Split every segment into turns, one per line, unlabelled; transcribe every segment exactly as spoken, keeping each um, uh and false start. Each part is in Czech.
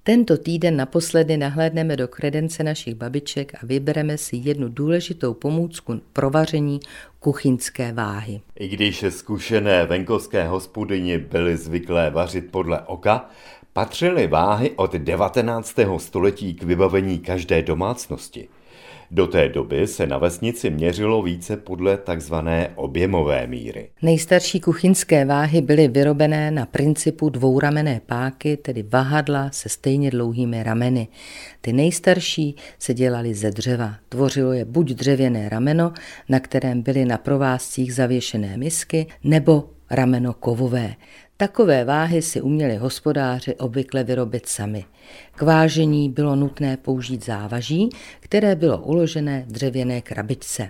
Tento týden naposledy nahlédneme do kredence našich babiček a vybereme si jednu důležitou pomůcku pro vaření kuchyňské váhy.
I když zkušené venkovské hospodyni byly zvyklé vařit podle oka, patřily váhy od devatenáctého století k vybavení každé domácnosti. Do té doby se na vesnici měřilo více podle takzvané objemové míry.
Nejstarší kuchyňské váhy byly vyrobené na principu dvouramenné páky, tedy vahadla se stejně dlouhými rameny. Ty nejstarší se dělaly ze dřeva. Tvořilo je buď dřevěné rameno, na kterém byly na provázcích zavěšené misky, nebo rameno kovové. Takové váhy si uměli hospodáři obvykle vyrobit sami. K vážení bylo nutné použít závaží, které bylo uložené v dřevěné krabičce.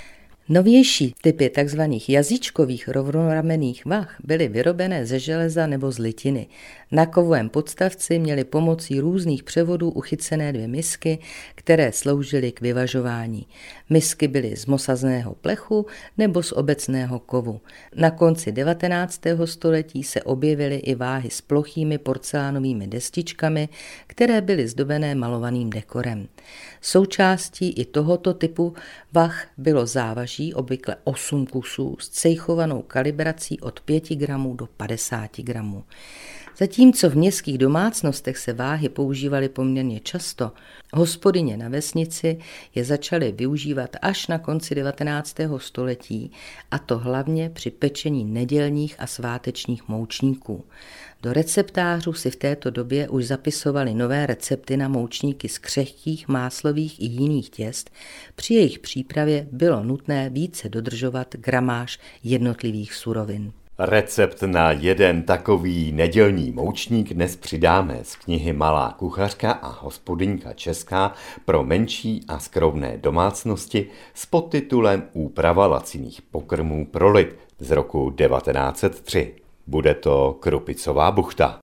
Novější typy tzv. Jazyčkových rovnoramenných vah byly vyrobené ze železa nebo z litiny. Na kovovém podstavci měly pomocí různých převodů uchycené dvě misky, které sloužily k vyvažování. Misky byly z mosazného plechu nebo z obecného kovu. Na konci devatenáctého století se objevily i váhy s plochými porcelánovými destičkami, které byly zdobené malovaným dekorem. Součástí i tohoto typu vah bylo závaží, obvykle osm kusů, s cejchovanou kalibrací od pěti gramů do padesáti gramů. Zatímco v městských domácnostech se váhy používaly poměrně často, hospodyně na vesnici je začaly využívat až na konci devatenáctého století, a to hlavně při pečení nedělních a svátečních moučníků. Do receptářů si v této době už zapisovali nové recepty na moučníky z křehkých, máslových i jiných těst. Při jejich přípravě bylo nutné více dodržovat gramáž jednotlivých surovin.
Recept na jeden takový nedělní moučník dnes přidáme z knihy Malá kuchařka a hospodyňka česká pro menší a skromné domácnosti s podtitulem Úprava laciných pokrmů pro lid z roku devatenáct set tři. Bude to krupicová buchta.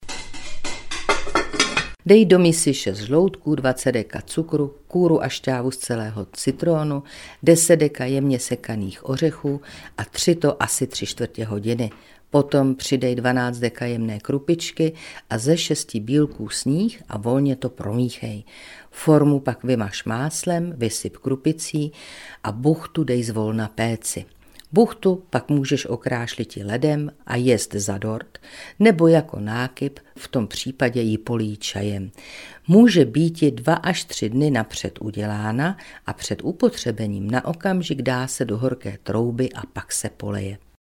Dej do misy šest žloutků, dvacet deka cukru, kůru a šťávu z celého citronu, deset deka jemně sekaných ořechů a tři to asi tři čtvrtě hodiny. Potom přidej dvanáct deka jemné krupičky a ze šesti bílků sníh a volně to promíchej. Formu pak vymaž máslem, vysyp krupicí a buchtu dej zvolna péci. Buchtu pak můžeš okrášliti ledem a jíst za dort, nebo jako nákyp, v tom případě ji polít čajem. Může býti dva až tři dny napřed udělána a před upotřebením na okamžik dá se do horké trouby a pak se poleje.